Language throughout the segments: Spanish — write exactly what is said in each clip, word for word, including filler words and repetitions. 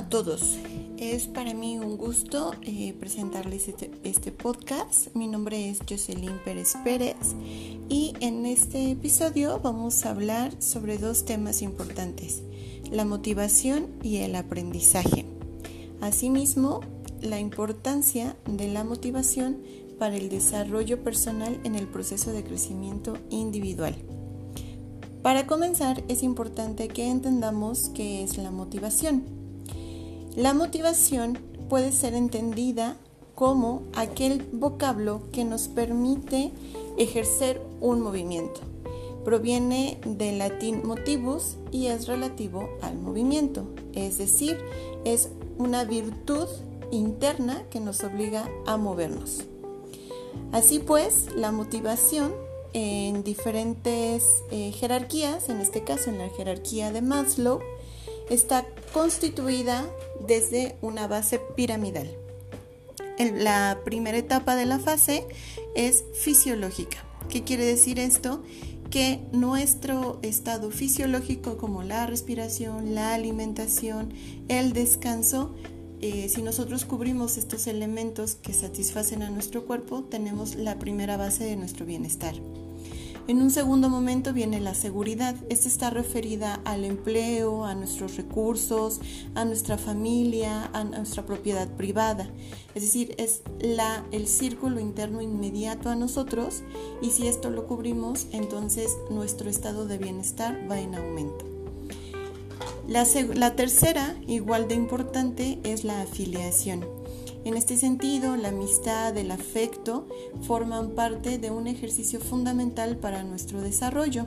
a todos, es para mí un gusto eh, presentarles este, este podcast. Mi nombre es Jocelyn Pérez Pérez y en este episodio vamos a hablar sobre dos temas importantes: la motivación y el aprendizaje. Asimismo, la importancia de la motivación para el desarrollo personal en el proceso de crecimiento individual. Para comenzar, es importante que entendamos qué es la motivación. La motivación puede ser entendida como aquel vocablo que nos permite ejercer un movimiento. Proviene del latín motivus y es relativo al movimiento, es decir, es una virtud interna que nos obliga a movernos. Así pues, la motivación en diferentes eh, jerarquías, en este caso en la jerarquía de Maslow, está constituida desde una base piramidal. En la primera etapa de la fase es fisiológica. ¿Qué quiere decir esto? Que nuestro estado fisiológico, como la respiración, la alimentación, el descanso, eh, si nosotros cubrimos estos elementos que satisfacen a nuestro cuerpo, tenemos la primera base de nuestro bienestar. En un segundo momento viene la seguridad. Esta está referida al empleo, a nuestros recursos, a nuestra familia, a nuestra propiedad privada. Es decir, es la, el círculo interno inmediato a nosotros, y si esto lo cubrimos, entonces nuestro estado de bienestar va en aumento. La, la tercera, igual de importante, es la afiliación. En este sentido, la amistad, el afecto forman parte de un ejercicio fundamental para nuestro desarrollo.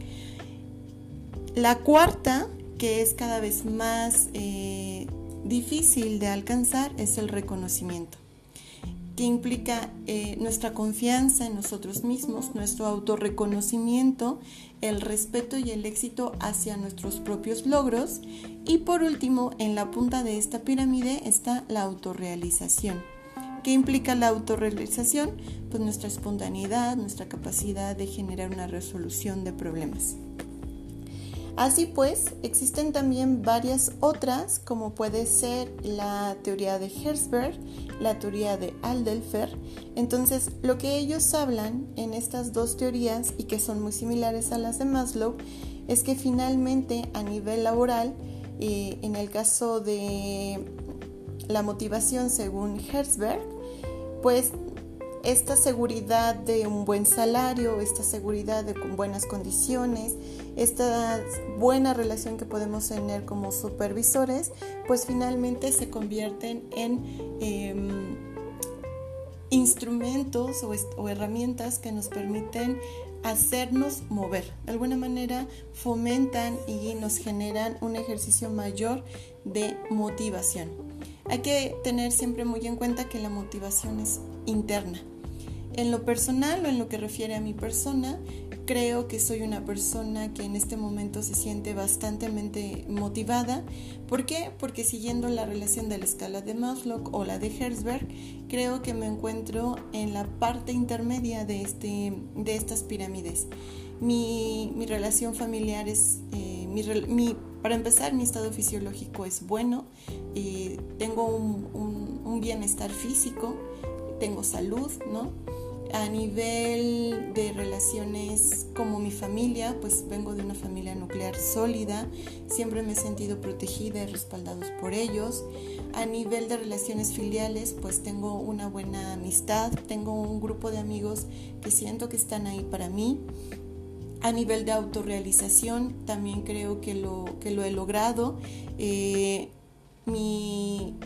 La cuarta, que es cada vez más eh, difícil de alcanzar, es el reconocimiento, que implica eh, nuestra confianza en nosotros mismos, nuestro autorreconocimiento, el respeto y el éxito hacia nuestros propios logros. Y por último, en la punta de esta pirámide está la autorrealización. ¿Qué implica la autorrealización? Pues nuestra espontaneidad, nuestra capacidad de generar una resolución de problemas. Así pues, existen también varias otras, como puede ser la teoría de Herzberg, la teoría de Alderfer. Entonces, lo que ellos hablan en estas dos teorías, y que son muy similares a las de Maslow, es que finalmente a nivel laboral, eh, en el caso de la motivación según Herzberg, pues esta seguridad de un buen salario, esta seguridad de con buenas condiciones, esta buena relación que podemos tener como supervisores, pues finalmente se convierten en eh, instrumentos o, est- o herramientas que nos permiten hacernos mover. De alguna manera fomentan y nos generan un ejercicio mayor de motivación. Hay que tener siempre muy en cuenta que la motivación es interna. En lo personal o en lo que refiere a mi persona, creo que soy una persona que en este momento se siente bastante motivada. ¿Por qué? Porque siguiendo la relación de la escala de Maslow o la de Herzberg, creo que me encuentro en la parte intermedia de, este, de estas pirámides. Mi, mi relación familiar es, eh, mi, mi, para empezar, mi estado fisiológico es bueno, eh, tengo un, un, un bienestar físico, tengo salud, ¿no? A nivel de relaciones como mi familia, pues vengo de una familia nuclear sólida, siempre me he sentido protegida y respaldados por ellos. A nivel de relaciones filiales, pues tengo una buena amistad, tengo un grupo de amigos que siento que están ahí para mí. A nivel de autorrealización, también creo que lo, que lo he logrado. Eh, mi...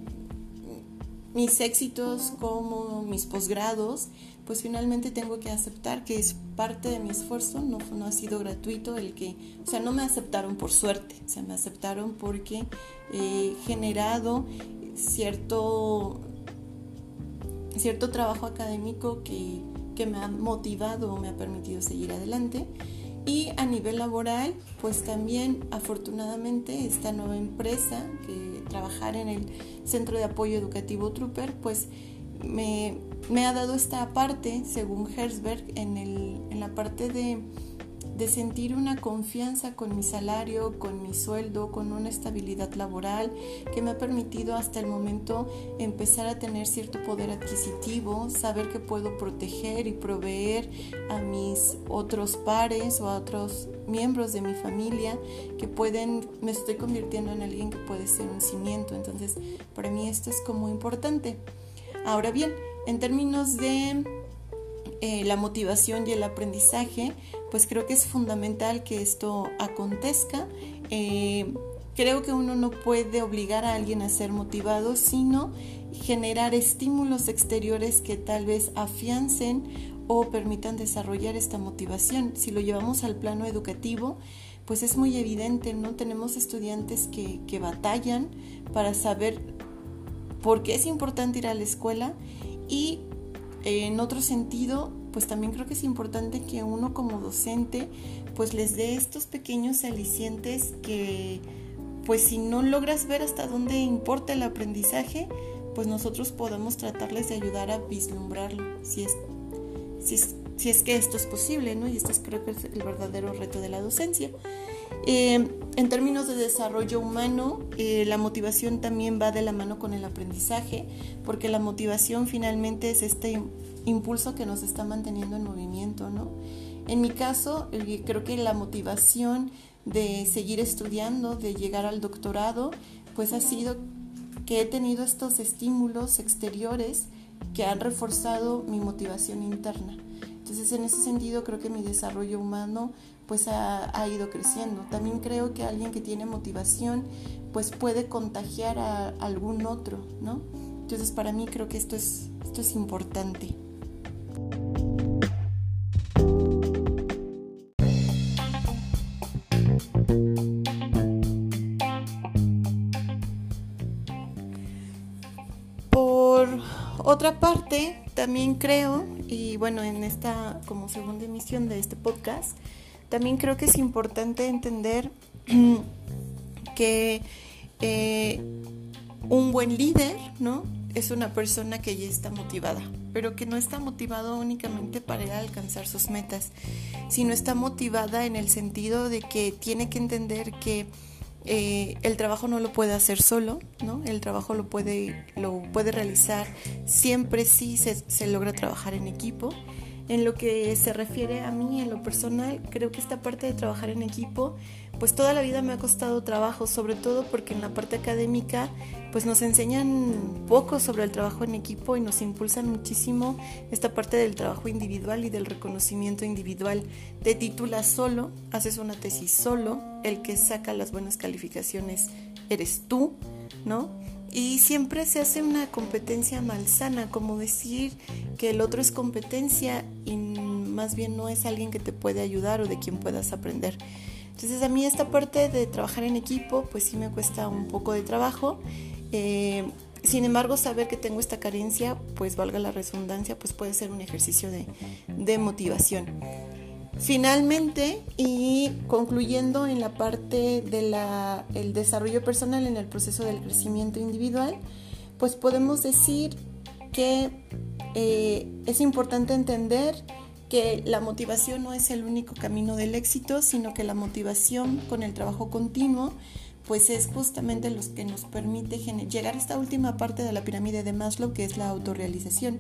mis éxitos como mis posgrados, pues finalmente tengo que aceptar que es parte de mi esfuerzo, no, no ha sido gratuito el que, o sea, no me aceptaron por suerte, o sea, me aceptaron porque he generado cierto, cierto trabajo académico que, que me ha motivado o me ha permitido seguir adelante. Y a nivel laboral, pues también afortunadamente esta nueva empresa, que trabajar en el Centro de Apoyo Educativo Trooper, pues me, me ha dado esta parte, según Herzberg, en, el, en la parte de, de sentir una confianza con mi salario, con mi sueldo, con una estabilidad laboral que me ha permitido hasta el momento empezar a tener cierto poder adquisitivo, saber que puedo proteger y proveer a mis otros pares o a otros miembros de mi familia, que pueden, me estoy convirtiendo en alguien que puede ser un cimiento. Entonces, para mí esto es como importante. Ahora bien, en términos de eh, la motivación y el aprendizaje, pues creo que es fundamental que esto acontezca. Eh, creo que uno no puede obligar a alguien a ser motivado, sino generar estímulos exteriores que tal vez afiancen o permitan desarrollar esta motivación. Si lo llevamos al plano educativo, pues es muy evidente, ¿no? Tenemos estudiantes que, que batallan para saber por qué es importante ir a la escuela, y eh, en otro sentido, pues también creo que es importante que uno como docente pues les dé estos pequeños alicientes que, pues si no logras ver hasta dónde importa el aprendizaje, pues nosotros podemos tratarles de ayudar a vislumbrarlo, si es Si es, si es que esto es posible, ¿no? Y este es, creo que es el verdadero reto de la docencia. Eh, en términos de desarrollo humano, eh, la motivación también va de la mano con el aprendizaje, porque la motivación finalmente es este impulso que nos está manteniendo en movimiento, ¿no? En mi caso, eh, creo que la motivación de seguir estudiando, de llegar al doctorado, pues ha sido que he tenido estos estímulos exteriores que han reforzado mi motivación interna. Entonces, en ese sentido, creo que mi desarrollo humano pues ha, ha ido creciendo. También creo que alguien que tiene motivación pues puede contagiar a algún otro, ¿no? Entonces, para mí creo que esto es, esto es importante. Por otra parte, también creo, y bueno, en esta como segunda emisión de este podcast, también creo que es importante entender que eh, un buen líder, ¿no?, es una persona que ya está motivada, pero que no está motivado únicamente para ir a alcanzar sus metas, sino está motivada en el sentido de que tiene que entender que Eh, el trabajo no lo puede hacer solo, ¿no? El trabajo lo puede, lo puede realizar siempre si se, se logra trabajar en equipo. En lo que se refiere a mí, en lo personal, creo que esta parte de trabajar en equipo, pues toda la vida me ha costado trabajo, sobre todo porque en la parte académica pues nos enseñan poco sobre el trabajo en equipo y nos impulsan muchísimo esta parte del trabajo individual y del reconocimiento individual. Te titulas solo, haces una tesis solo, el que saca las buenas calificaciones eres tú, ¿no? Y siempre se hace una competencia malsana, como decir que el otro es competencia y más bien no es alguien que te puede ayudar o de quien puedas aprender. Entonces, a mí esta parte de trabajar en equipo pues sí me cuesta un poco de trabajo. Eh, sin embargo, saber que tengo esta carencia, pues valga la redundancia, pues puede ser un ejercicio de, de motivación. Finalmente, y concluyendo en la parte del desarrollo personal en el proceso del crecimiento individual, pues podemos decir que eh, es importante entender que la motivación no es el único camino del éxito, sino que la motivación con el trabajo continuo pues es justamente lo que nos permite gener- llegar a esta última parte de la pirámide de Maslow, que es la autorrealización.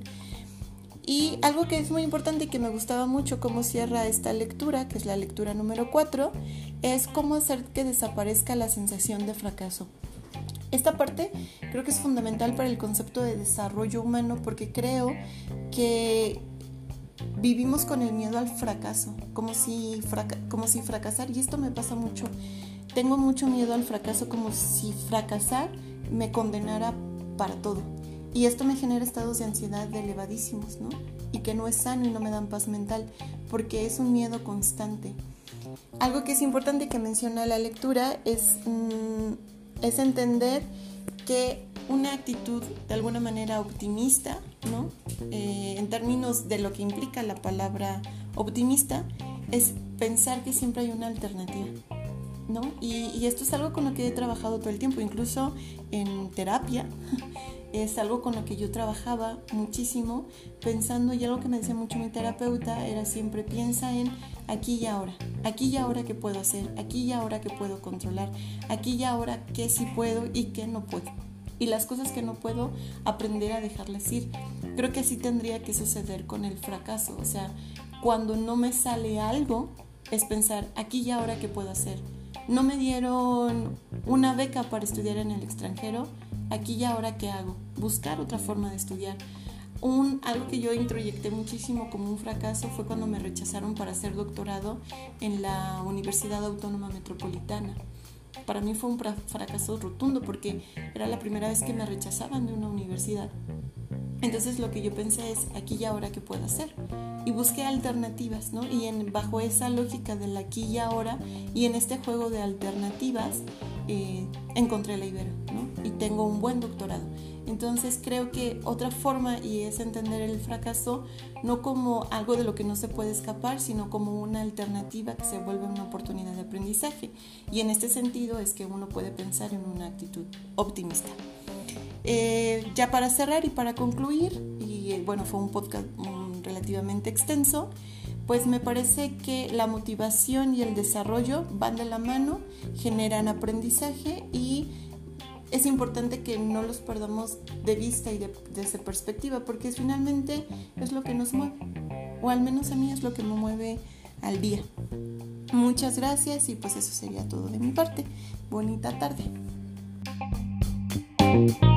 Y algo que es muy importante y que me gustaba mucho cómo cierra esta lectura, que es la lectura número cuatro, es cómo hacer que desaparezca la sensación de fracaso. Esta parte creo que es fundamental para el concepto de desarrollo humano, porque creo que vivimos con el miedo al fracaso, como si, fraca- como si fracasar, y esto me pasa mucho. Tengo mucho miedo al fracaso, como si fracasar me condenara para todo. Y esto me genera estados de ansiedad elevadísimos, ¿no? Y que no es sano y no me dan paz mental, porque es un miedo constante. Algo que es importante que menciona la lectura es, mmm, es entender que una actitud de alguna manera optimista, ¿no? Eh, en términos de lo que implica la palabra optimista, es pensar que siempre hay una alternativa, ¿no? Y, y esto es algo con lo que he trabajado todo el tiempo, incluso en terapia. Es algo con lo que yo trabajaba muchísimo, pensando, y algo que me decía mucho mi terapeuta era siempre piensa en aquí y ahora, aquí y ahora qué puedo hacer, aquí y ahora qué puedo controlar, aquí y ahora qué sí puedo y qué no puedo. Y las cosas que no puedo, aprender a dejarlas ir. Creo que así tendría que suceder con el fracaso. O sea, cuando no me sale algo, es pensar, aquí y ahora qué puedo hacer. No me dieron una beca para estudiar en el extranjero, aquí y ahora qué hago. Buscar otra forma de estudiar. Un, algo que yo introyecté muchísimo como un fracaso fue cuando me rechazaron para hacer doctorado en la Universidad Autónoma Metropolitana. Para mí fue un fracaso rotundo porque era la primera vez que me rechazaban de una universidad. Entonces lo que yo pensé es, aquí y ahora qué puedo hacer. Y busqué alternativas, ¿no? Y en, bajo esa lógica del aquí y ahora, y en este juego de alternativas, eh, encontré la Ibero, ¿no? Y tengo un buen doctorado. Entonces creo que otra forma, y es entender el fracaso no como algo de lo que no se puede escapar, sino como una alternativa que se vuelve una oportunidad de aprendizaje. Y en este sentido es que uno puede pensar en una actitud optimista. Eh, ya para cerrar y para concluir, y eh, bueno, fue un podcast um, relativamente extenso, pues me parece que la motivación y el desarrollo van de la mano, generan aprendizaje y es importante que no los perdamos de vista y de, desde perspectiva, porque finalmente es lo que nos mueve, o al menos a mí es lo que me mueve al día. Muchas gracias y pues eso sería todo de mi parte. Bonita tarde.